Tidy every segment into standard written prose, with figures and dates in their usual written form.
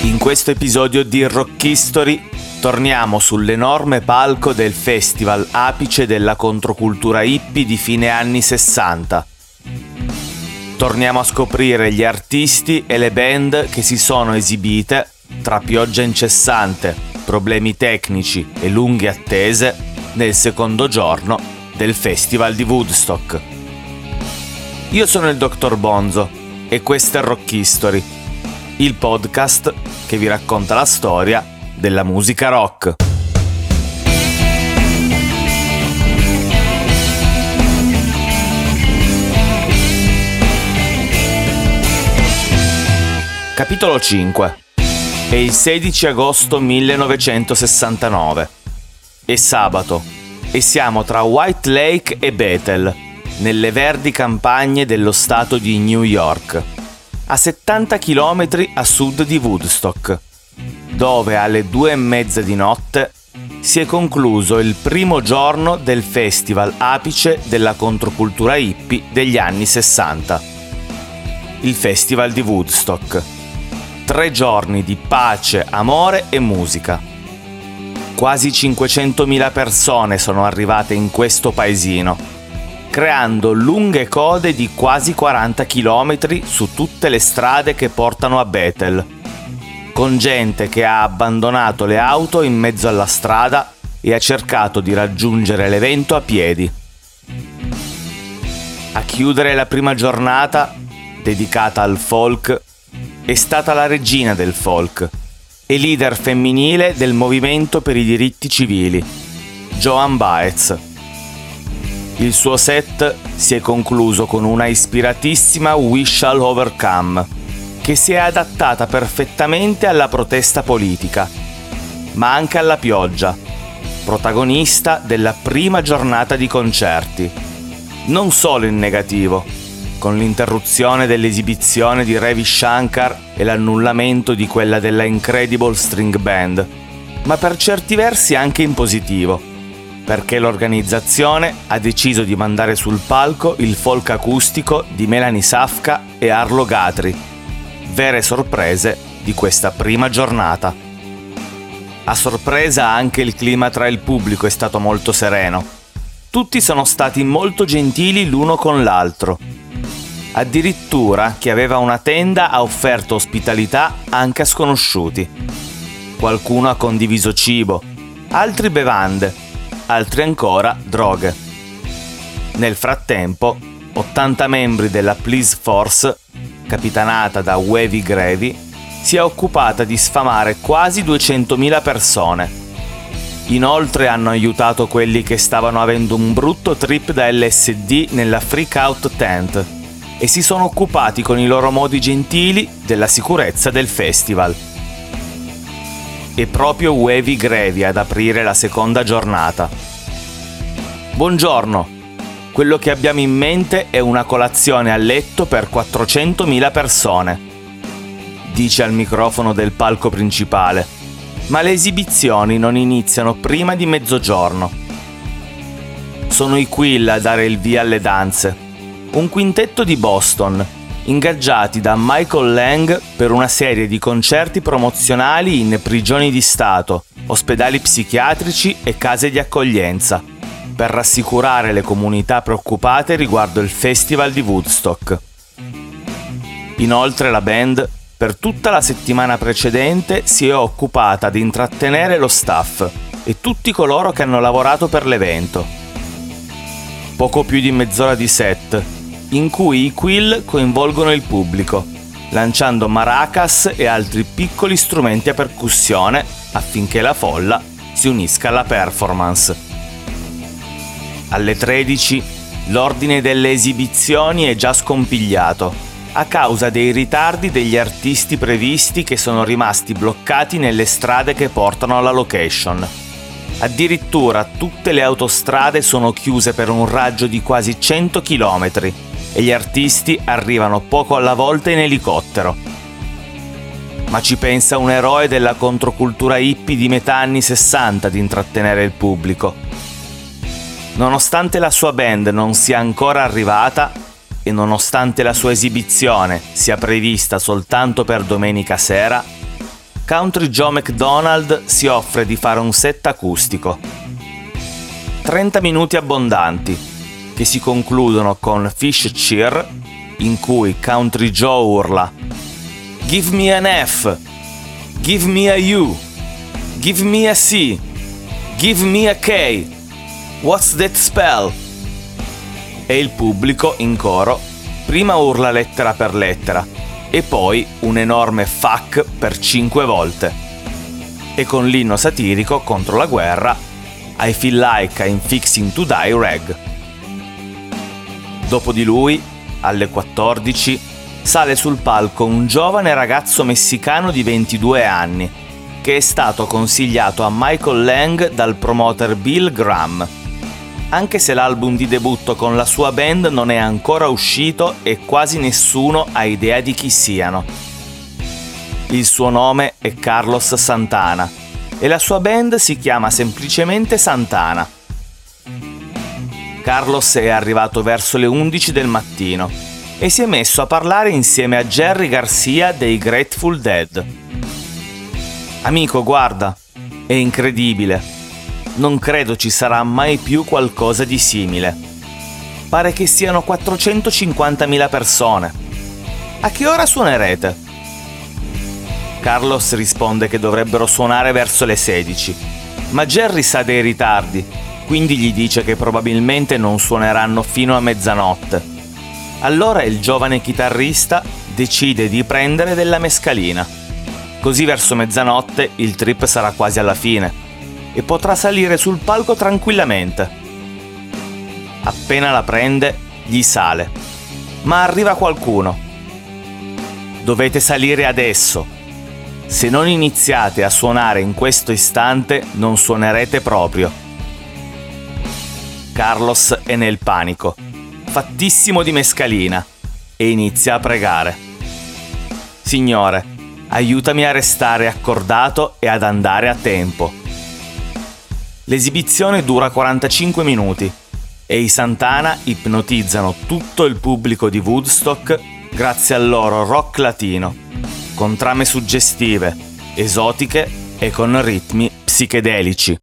In questo episodio di Rock History torniamo sull'enorme palco del festival apice della controcultura hippie di fine anni 60. Torniamo a scoprire gli artisti e le band che si sono esibite tra pioggia incessante, problemi tecnici e lunghe attese nel secondo giorno del Festival di Woodstock. Io sono il Dr. Bonzo e questo è Rock History, il podcast che vi racconta la storia della musica rock. Capitolo 5. È il 16 agosto 1969. È sabato e siamo tra White Lake e Bethel, nelle verdi campagne dello stato di New York, a 70 km a sud di Woodstock, dove alle 2:30 di notte si è concluso il primo giorno del festival apice della controcultura hippie degli anni 60. Il Festival di Woodstock. 3 giorni di pace, amore e musica. Quasi 500.000 persone sono arrivate in questo paesino, creando lunghe code di quasi 40 km su tutte le strade che portano a Bethel, con gente che ha abbandonato le auto in mezzo alla strada e ha cercato di raggiungere l'evento a piedi. A chiudere la prima giornata, dedicata al folk, è stata la regina del folk e leader femminile del movimento per i diritti civili, Joan Baez. Il suo set si è concluso con una ispiratissima We Shall Overcome, che si è adattata perfettamente alla protesta politica, ma anche alla pioggia, protagonista della prima giornata di concerti. Non solo in negativo, con l'interruzione dell'esibizione di Ravi Shankar e l'annullamento di quella della Incredible String Band, ma per certi versi anche in positivo, perché l'organizzazione ha deciso di mandare sul palco il folk acustico di Melanie Safka e Arlo Guthrie, vere sorprese di questa prima giornata. A sorpresa anche il clima tra il pubblico è stato molto sereno. Tutti sono stati molto gentili l'uno con l'altro. Addirittura chi aveva una tenda ha offerto ospitalità anche a sconosciuti. Qualcuno ha condiviso cibo, altri bevande, altri ancora droghe. Nel frattempo, 80 membri della Police Force, capitanata da Wavy Gravy, si è occupata di sfamare quasi 200.000 persone. Inoltre hanno aiutato quelli che stavano avendo un brutto trip da LSD nella Freak Out Tent e si sono occupati con i loro modi gentili della sicurezza del festival. È proprio Wavy Gravy ad aprire la seconda giornata. Buongiorno, quello che abbiamo in mente è una colazione a letto per 400.000 persone, dice al microfono del palco principale, ma le esibizioni non iniziano prima di mezzogiorno. Sono i Quill a dare il via alle danze, un quintetto di Boston, ingaggiati da Michael Lang per una serie di concerti promozionali in prigioni di Stato, ospedali psichiatrici e case di accoglienza, per rassicurare le comunità preoccupate riguardo il Festival di Woodstock. Inoltre la band, per tutta la settimana precedente, si è occupata di intrattenere lo staff e tutti coloro che hanno lavorato per l'evento. Poco più di mezz'ora di set, in cui i Quill coinvolgono il pubblico, lanciando maracas e altri piccoli strumenti a percussione affinché la folla si unisca alla performance. Alle 13 l'ordine delle esibizioni è già scompigliato, a causa dei ritardi degli artisti previsti che sono rimasti bloccati nelle strade che portano alla location. Addirittura tutte le autostrade sono chiuse per un raggio di quasi 100 km e gli artisti arrivano poco alla volta in elicottero. Ma ci pensa un eroe della controcultura hippie di metà anni 60 ad intrattenere il pubblico. Nonostante la sua band non sia ancora arrivata e nonostante la sua esibizione sia prevista soltanto per domenica sera, Country Joe McDonald si offre di fare un set acustico. 30 minuti abbondanti, che si concludono con Fish Cheer, in cui Country Joe urla "Give me an F, give me a U, give me a C, give me a K, what's that spell?" E il pubblico, in coro, prima urla lettera per lettera e poi un enorme fuck per 5 volte. E con l'inno satirico contro la guerra I Feel Like I'm Fixing to Die Rag. Dopo di lui, alle 14, sale sul palco un giovane ragazzo messicano di 22 anni, che è stato consigliato a Michael Lang dal promoter Bill Graham, anche se l'album di debutto con la sua band non è ancora uscito e quasi nessuno ha idea di chi siano. Il suo nome è Carlos Santana e la sua band si chiama semplicemente Santana. Carlos è arrivato verso le 11 del mattino e si è messo a parlare insieme a Jerry Garcia dei Grateful Dead. "Amico, guarda, è incredibile. Non credo ci sarà mai più qualcosa di simile. Pare che siano 450.000 persone. A che ora suonerete?" Carlos risponde che dovrebbero suonare verso le 16, ma Jerry sa dei ritardi, quindi gli dice che probabilmente non suoneranno fino a mezzanotte. Allora il giovane chitarrista decide di prendere della mescalina. Così verso mezzanotte il trip sarà quasi alla fine e potrà salire sul palco tranquillamente. Appena la prende, gli sale. Ma arriva qualcuno. "Dovete salire adesso. Se non iniziate a suonare in questo istante, non suonerete proprio." Carlos è nel panico, fattissimo di mescalina, e inizia a pregare. "Signore, aiutami a restare accordato e ad andare a tempo." L'esibizione dura 45 minuti e i Santana ipnotizzano tutto il pubblico di Woodstock grazie al loro rock latino, con trame suggestive, esotiche e con ritmi psichedelici.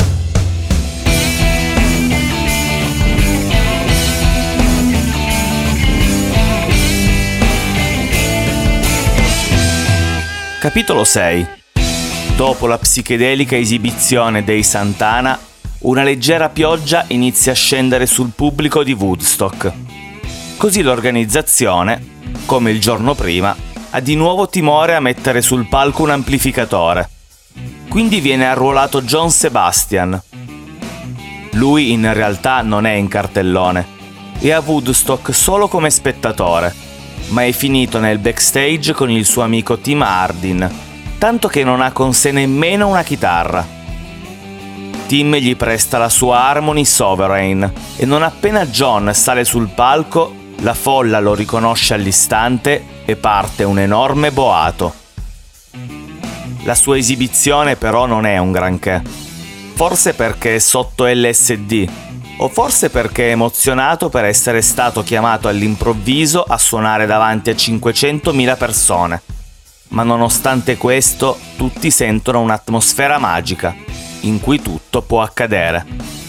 Capitolo 6. Dopo la psichedelica esibizione dei Santana, una leggera pioggia inizia a scendere sul pubblico di Woodstock. Così l'organizzazione, come il giorno prima, ha di nuovo timore a mettere sul palco un amplificatore. Quindi viene arruolato John Sebastian. Lui in realtà non è in cartellone, è a Woodstock solo come spettatore, ma è finito nel backstage con il suo amico Tim Hardin, tanto che non ha con sé nemmeno una chitarra. Tim gli presta la sua Harmony Sovereign e non appena John sale sul palco, la folla lo riconosce all'istante e parte un enorme boato. La sua esibizione però non è un granché, forse perché è sotto LSD, o forse perché è emozionato per essere stato chiamato all'improvviso a suonare davanti a 500.000 persone. Ma nonostante questo, tutti sentono un'atmosfera magica, in cui tutto può accadere.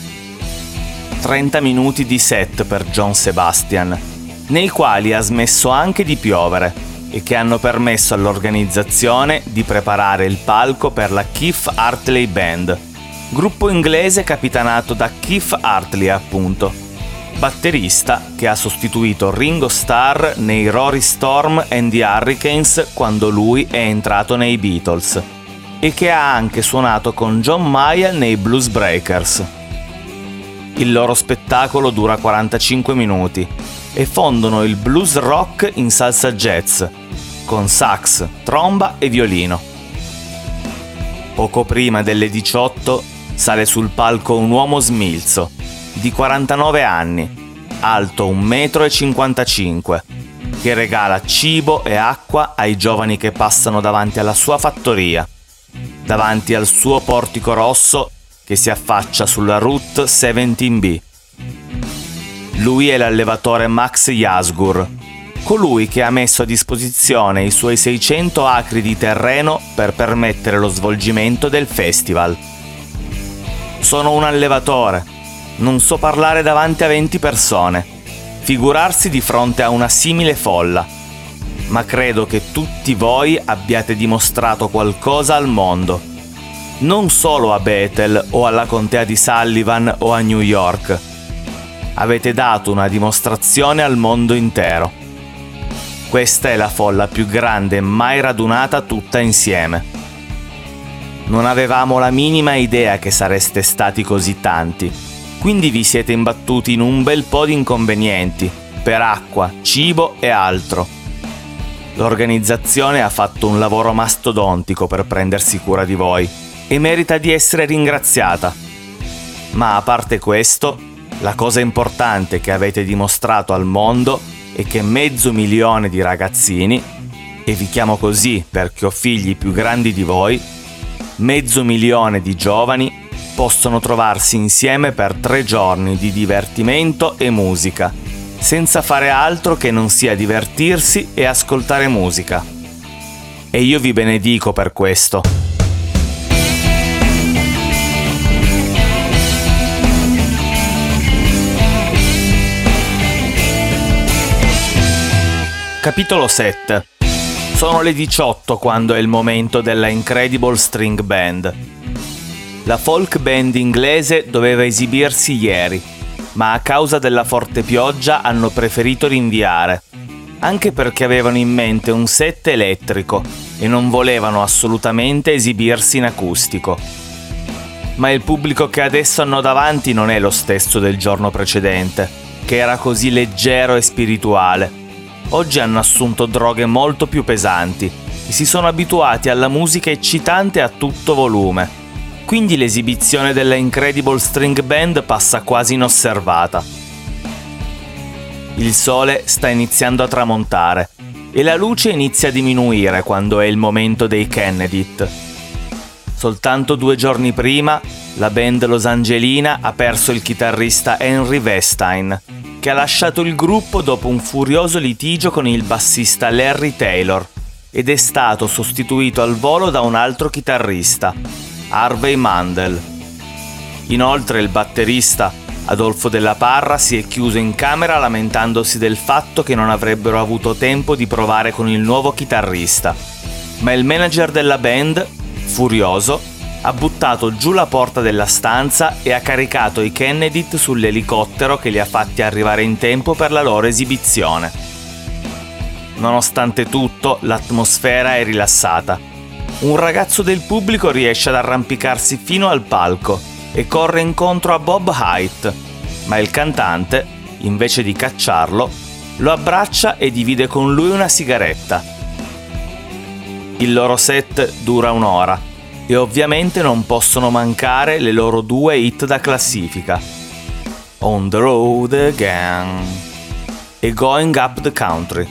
30 minuti di set per John Sebastian, nei quali ha smesso anche di piovere e che hanno permesso all'organizzazione di preparare il palco per la Keith Hartley Band, gruppo inglese capitanato da Keith Hartley appunto, batterista che ha sostituito Ringo Starr nei Rory Storm and the Hurricanes quando lui è entrato nei Beatles, e che ha anche suonato con John Mayall nei Blues Breakers. Il loro spettacolo dura 45 minuti e fondono il blues rock in salsa jazz, con sax, tromba e violino. Poco prima delle 18 sale sul palco un uomo smilzo, di 49 anni, alto 1,55 m, che regala cibo e acqua ai giovani che passano davanti alla sua fattoria, davanti al suo portico rosso che si affaccia sulla Route 17B. Lui è l'allevatore Max Yasgur, colui che ha messo a disposizione i suoi 600 acri di terreno per permettere lo svolgimento del festival. Sono un allevatore, non so parlare davanti a 20 persone, figurarsi di fronte a una simile folla, ma credo che tutti voi abbiate dimostrato qualcosa al mondo, non solo a Bethel o alla contea di Sullivan o a New York. Avete dato una dimostrazione al mondo intero. Questa è la folla più grande mai radunata tutta insieme. Non avevamo la minima idea che sareste stati così tanti, quindi vi siete imbattuti in un bel po' di inconvenienti, per acqua, cibo e altro. L'organizzazione ha fatto un lavoro mastodontico per prendersi cura di voi e merita di essere ringraziata. Ma a parte questo, la cosa importante che avete dimostrato al mondo è che 500.000 di ragazzini, e vi chiamo così perché ho figli più grandi di voi, 500.000 di giovani possono trovarsi insieme per 3 giorni di divertimento e musica, senza fare altro che non sia divertirsi e ascoltare musica. E io vi benedico per questo. Capitolo 7. Sono le 18 quando è il momento della Incredible String Band. La folk band inglese doveva esibirsi ieri, ma a causa della forte pioggia hanno preferito rinviare, anche perché avevano in mente un set elettrico e non volevano assolutamente esibirsi in acustico. Ma il pubblico che adesso hanno davanti non è lo stesso del giorno precedente, che era così leggero e spirituale. Oggi hanno assunto droghe molto più pesanti e si sono abituati alla musica eccitante a tutto volume. Quindi l'esibizione della Incredible String Band passa quasi inosservata. Il sole sta iniziando a tramontare e la luce inizia a diminuire quando è il momento dei Kennedy. Soltanto 2 giorni prima, la band losangelina ha perso il chitarrista Henry Westine, che ha lasciato il gruppo dopo un furioso litigio con il bassista Larry Taylor ed è stato sostituito al volo da un altro chitarrista, Harvey Mandel. Inoltre il batterista Adolfo Della Parra si è chiuso in camera lamentandosi del fatto che non avrebbero avuto tempo di provare con il nuovo chitarrista, ma il manager della band, furioso, ha buttato giù la porta della stanza e ha caricato i Kennedy sull'elicottero che li ha fatti arrivare in tempo per la loro esibizione. Nonostante tutto, l'atmosfera è rilassata. Un ragazzo del pubblico riesce ad arrampicarsi fino al palco e corre incontro a Bob Haidt, ma il cantante, invece di cacciarlo, lo abbraccia e divide con lui una sigaretta. Il loro set dura 1 ora. E ovviamente non possono mancare le loro 2 hit da classifica, On the Road Again e Going Up the Country.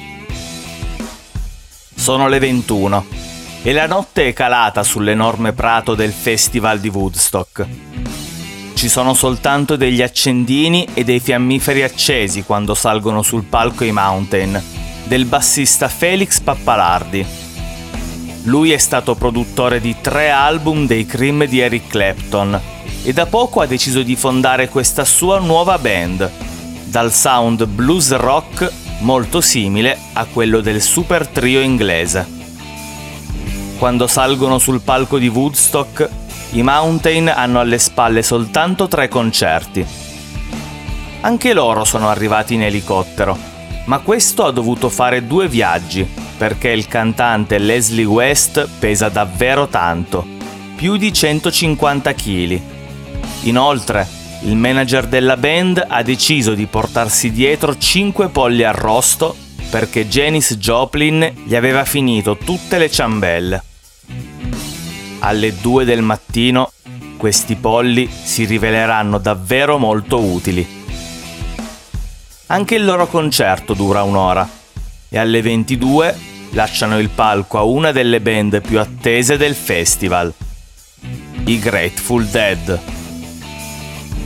Sono le 21 e la notte è calata sull'enorme prato del Festival di Woodstock. Ci sono soltanto degli accendini e dei fiammiferi accesi quando salgono sul palco i Mountain, del bassista Felix Pappalardi. Lui è stato produttore di 3 album dei Cream di Eric Clapton e da poco ha deciso di fondare questa sua nuova band, dal sound blues rock molto simile a quello del super trio inglese. Quando salgono sul palco di Woodstock, i Mountain hanno alle spalle soltanto 3 concerti. Anche loro sono arrivati in elicottero, ma questo ha dovuto fare 2 viaggi, perché il cantante Leslie West pesa davvero tanto, più di 150 kg. Inoltre, il manager della band ha deciso di portarsi dietro 5 polli arrosto perché Janis Joplin gli aveva finito tutte le ciambelle. Alle 2 del mattino, questi polli si riveleranno davvero molto utili. Anche il loro concerto dura 1 ora e alle 22 lasciano il palco a una delle band più attese del festival, i Grateful Dead.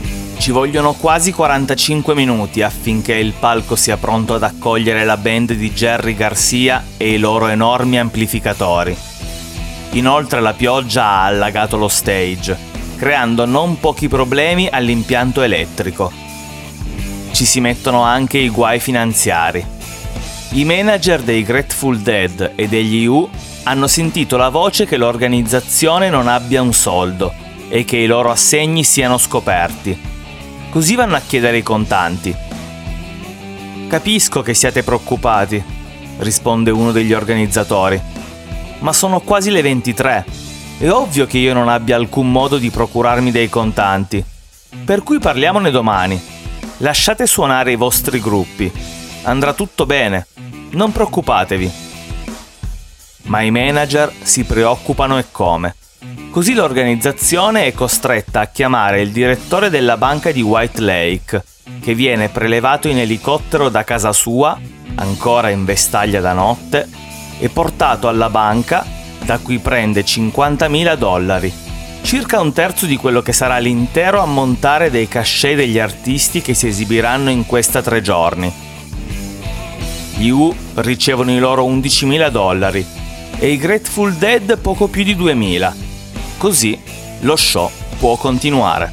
Ci vogliono quasi 45 minuti affinché il palco sia pronto ad accogliere la band di Jerry Garcia e i loro enormi amplificatori. Inoltre la pioggia ha allagato lo stage, creando non pochi problemi all'impianto elettrico. Ci si mettono anche i guai finanziari. I manager dei Grateful Dead e degli U hanno sentito la voce che l'organizzazione non abbia un soldo e che i loro assegni siano scoperti. Così vanno a chiedere i contanti. «Capisco che siate preoccupati», risponde uno degli organizzatori, «ma sono quasi le 23. È ovvio che io non abbia alcun modo di procurarmi dei contanti. Per cui parliamone domani. Lasciate suonare i vostri gruppi. Andrà tutto bene. Non preoccupatevi». Ma i manager si preoccupano e come. Così l'organizzazione è costretta a chiamare il direttore della banca di White Lake, che viene prelevato in elicottero da casa sua, ancora in vestaglia da notte, e portato alla banca, da cui prende $50.000, circa un terzo di quello che sarà l'intero ammontare dei cachet degli artisti che si esibiranno in questa 3 giorni. Gli U ricevono i loro $11.000 e i Grateful Dead poco più di 2.000. Così lo show può continuare.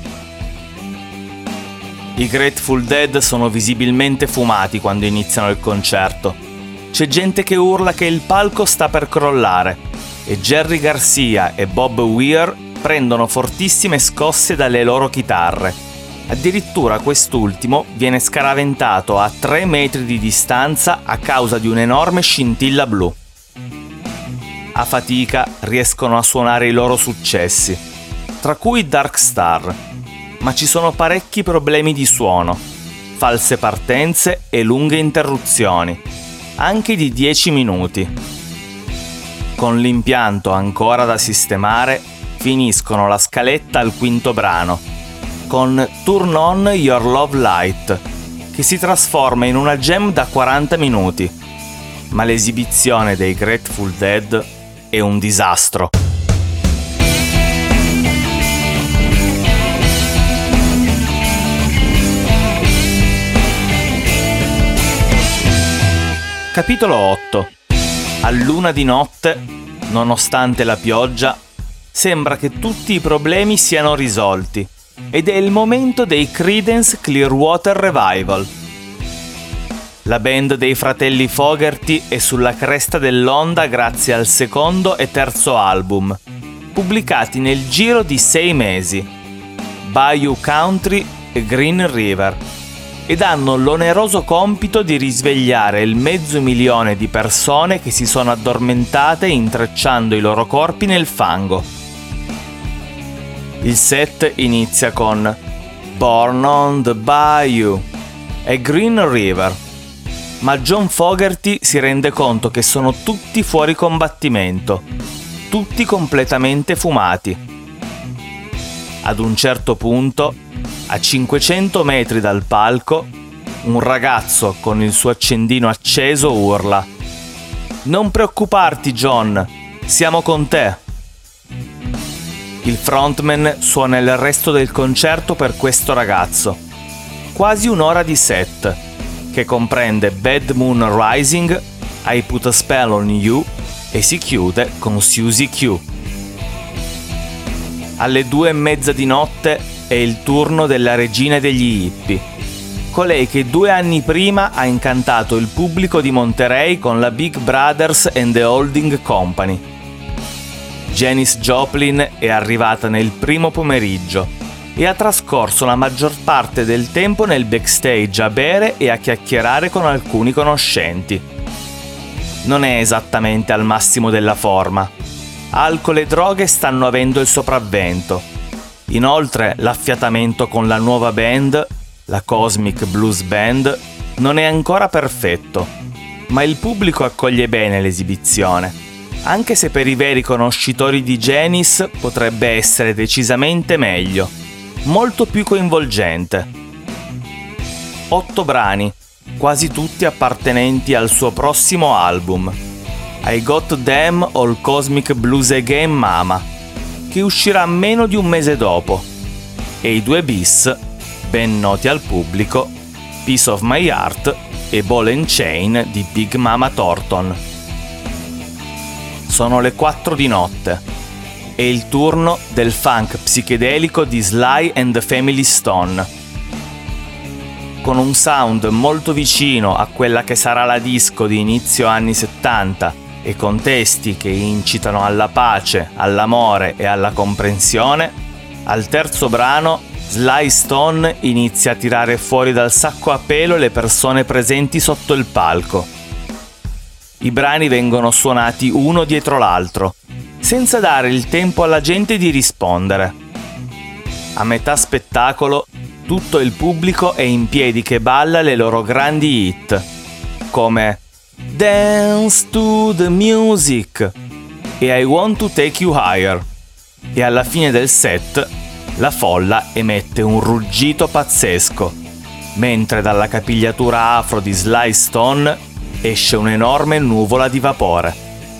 I Grateful Dead sono visibilmente fumati quando iniziano il concerto. C'è gente che urla che il palco sta per crollare e Jerry Garcia e Bob Weir prendono fortissime scosse dalle loro chitarre. Addirittura quest'ultimo viene scaraventato a 3 metri di distanza a causa di un'enorme scintilla blu. A fatica riescono a suonare i loro successi, tra cui Dark Star, ma ci sono parecchi problemi di suono, false partenze e lunghe interruzioni, anche di 10 minuti. Con l'impianto ancora da sistemare, finiscono la scaletta al quinto brano, con Turn On Your Love Light, che si trasforma in una jam da 40 minuti, ma l'esibizione dei Grateful Dead è un disastro. Capitolo 8. A luna di notte, nonostante la pioggia, sembra che tutti i problemi siano risolti ed è il momento dei Creedence Clearwater Revival. La band dei fratelli Fogerty è sulla cresta dell'onda grazie al secondo e terzo album, pubblicati nel giro di 6 mesi, Bayou Country e Green River, ed hanno l'oneroso compito di risvegliare il 500.000 di persone che si sono addormentate intrecciando i loro corpi nel fango. Il set inizia con Born on the Bayou e Green River, ma John Fogerty si rende conto che sono tutti fuori combattimento, tutti completamente fumati. Ad un certo punto, a 500 metri dal palco, un ragazzo con il suo accendino acceso urla: «Non preoccuparti, John, siamo con te!» Il frontman suona il resto del concerto per questo ragazzo, quasi un'ora di set, che comprende Bad Moon Rising, I Put a Spell on You e si chiude con Susie Q. Alle 2:30 di notte è il turno della regina degli hippie, colei che 2 anni prima ha incantato il pubblico di Monterey con la Big Brothers and the Holding Company. Janis Joplin è arrivata nel primo pomeriggio e ha trascorso la maggior parte del tempo nel backstage a bere e a chiacchierare con alcuni conoscenti. Non è esattamente al massimo della forma. Alcol e droghe stanno avendo il sopravvento. Inoltre, l'affiatamento con la nuova band, la Cosmic Blues Band, non è ancora perfetto, ma il pubblico accoglie bene l'esibizione, anche se per i veri conoscitori di Janis potrebbe essere decisamente meglio, molto più coinvolgente. 8 brani, quasi tutti appartenenti al suo prossimo album, I Got Them All Cosmic Blues Again Mama, che uscirà meno di un mese dopo, e i 2 bis, ben noti al pubblico, Piece of My Heart e Ball and Chain di Big Mama Thornton. Sono le 4 di notte. È il turno del funk psichedelico di Sly and the Family Stone. Con un sound molto vicino a quella che sarà la disco di inizio anni 70 e con testi che incitano alla pace, all'amore e alla comprensione, al terzo brano Sly Stone inizia a tirare fuori dal sacco a pelo le persone presenti sotto il palco. I brani vengono suonati uno dietro l'altro, senza dare il tempo alla gente di rispondere. A metà spettacolo, tutto il pubblico è in piedi che balla le loro grandi hit, come Dance to the Music e I Want to Take You Higher. E alla fine del set, la folla emette un ruggito pazzesco, mentre dalla capigliatura afro di Sly Stone esce un'enorme nuvola di vapore.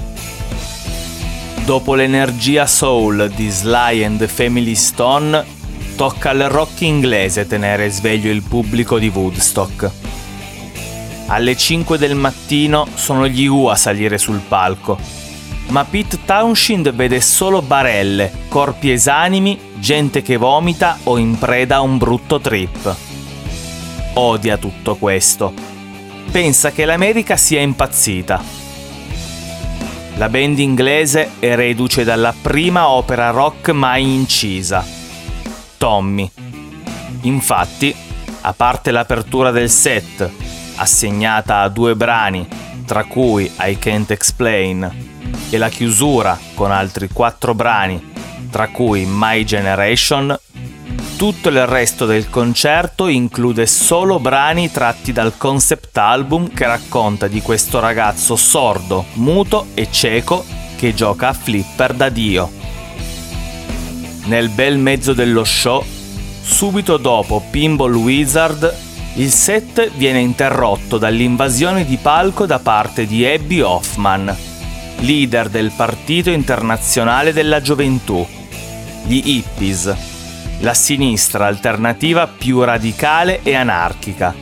Dopo l'energia soul di Sly and the Family Stone, tocca al rock inglese tenere sveglio il pubblico di Woodstock. Alle 5 del mattino sono gli Who a salire sul palco, ma Pete Townshend vede solo barelle, corpi esanimi, gente che vomita o in preda a un brutto trip. Odia tutto questo. Pensa che l'America sia impazzita. La band inglese è reduce dalla prima opera rock mai incisa, Tommy. Infatti, a parte l'apertura del set, assegnata a 2 brani, tra cui I Can't Explain, e la chiusura con altri 4 brani, tra cui My Generation, tutto il resto del concerto include solo brani tratti dal concept album che racconta di questo ragazzo sordo, muto e cieco che gioca a flipper da Dio. Nel bel mezzo dello show, subito dopo Pinball Wizard, il set viene interrotto dall'invasione di palco da parte di Abbie Hoffman, leader del Partito Internazionale della Gioventù, gli hippies, la sinistra alternativa più radicale e anarchica.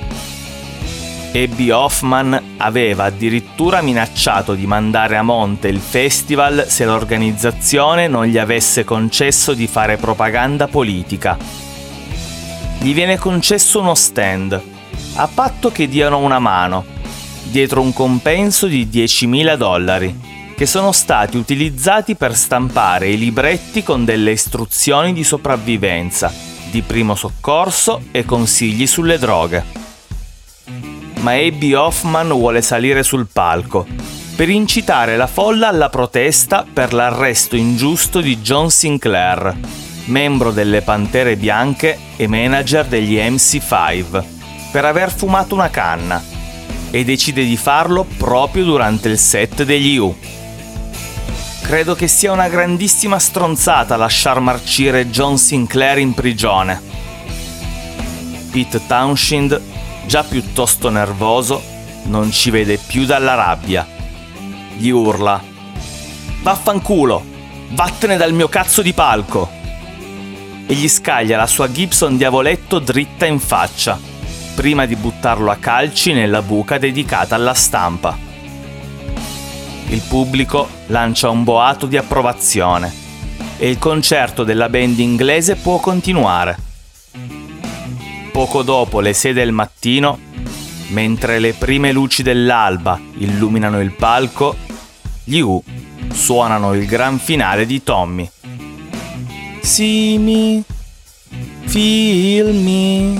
Abbie Hoffman aveva addirittura minacciato di mandare a monte il festival se l'organizzazione non gli avesse concesso di fare propaganda politica. Gli viene concesso uno stand, a patto che diano una mano, dietro un compenso di $10.000, che sono stati utilizzati per stampare i libretti con delle istruzioni di sopravvivenza, di primo soccorso e consigli sulle droghe. Ma Abbie Hoffman vuole salire sul palco per incitare la folla alla protesta per l'arresto ingiusto di John Sinclair, membro delle Pantere Bianche e manager degli MC5, per aver fumato una canna, e decide di farlo proprio durante il set degli Who. Credo che sia una grandissima stronzata lasciar marcire John Sinclair in prigione. Pete Townshend, già piuttosto nervoso, non ci vede più dalla rabbia. Gli urla: "Vaffanculo! Vattene dal mio cazzo di palco!" E gli scaglia la sua Gibson Diavoletto dritta in faccia, prima di buttarlo a calci nella buca dedicata alla stampa. Il pubblico lancia un boato di approvazione e il concerto della band inglese può continuare. Poco dopo le 6 del mattino, mentre le prime luci dell'alba illuminano il palco, gli Who suonano il gran finale di Tommy. See me, feel me.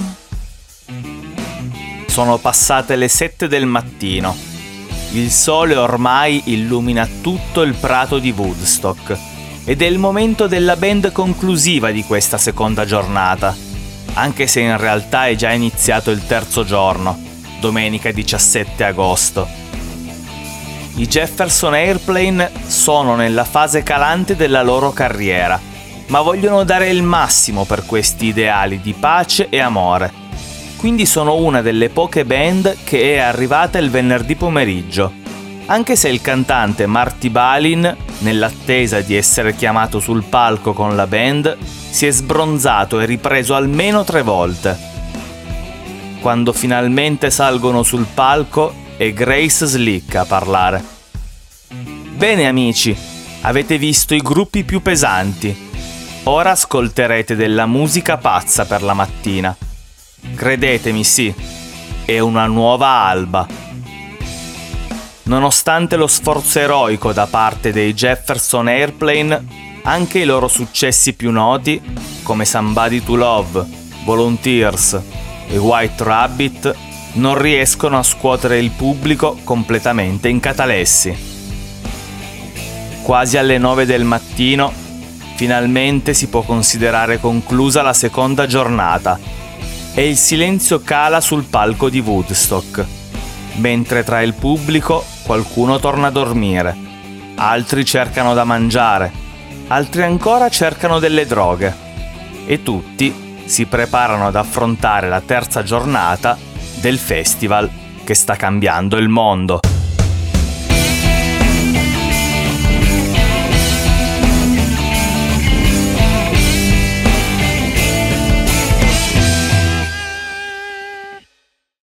Sono passate le 7 del mattino. Il sole ormai illumina tutto il prato di Woodstock ed è il momento della band conclusiva di questa seconda giornata, anche se in realtà è già iniziato il terzo giorno, domenica 17 agosto. I Jefferson Airplane sono nella fase calante della loro carriera, ma vogliono dare il massimo per questi ideali di pace e amore. Quindi sono una delle poche band che è arrivata il venerdì pomeriggio, anche se il cantante Marty Balin nell'attesa di essere chiamato sul palco con la band, si è sbronzato e ripreso almeno 3 volte. Quando finalmente salgono sul palco è Grace Slick a parlare. Bene amici, avete visto i gruppi più pesanti. Ora ascolterete della musica pazza per la mattina. Credetemi, sì, è una nuova alba. Nonostante lo sforzo eroico da parte dei Jefferson Airplane, anche i loro successi più noti, come Somebody to Love, Volunteers e White Rabbit, non riescono a scuotere il pubblico completamente in catalessi. Quasi alle 9 del mattino, finalmente si può considerare conclusa la seconda giornata e il silenzio cala sul palco di Woodstock, mentre tra il pubblico qualcuno torna a dormire, altri cercano da mangiare, altri ancora cercano delle droghe e tutti si preparano ad affrontare la terza giornata del festival che sta cambiando il mondo.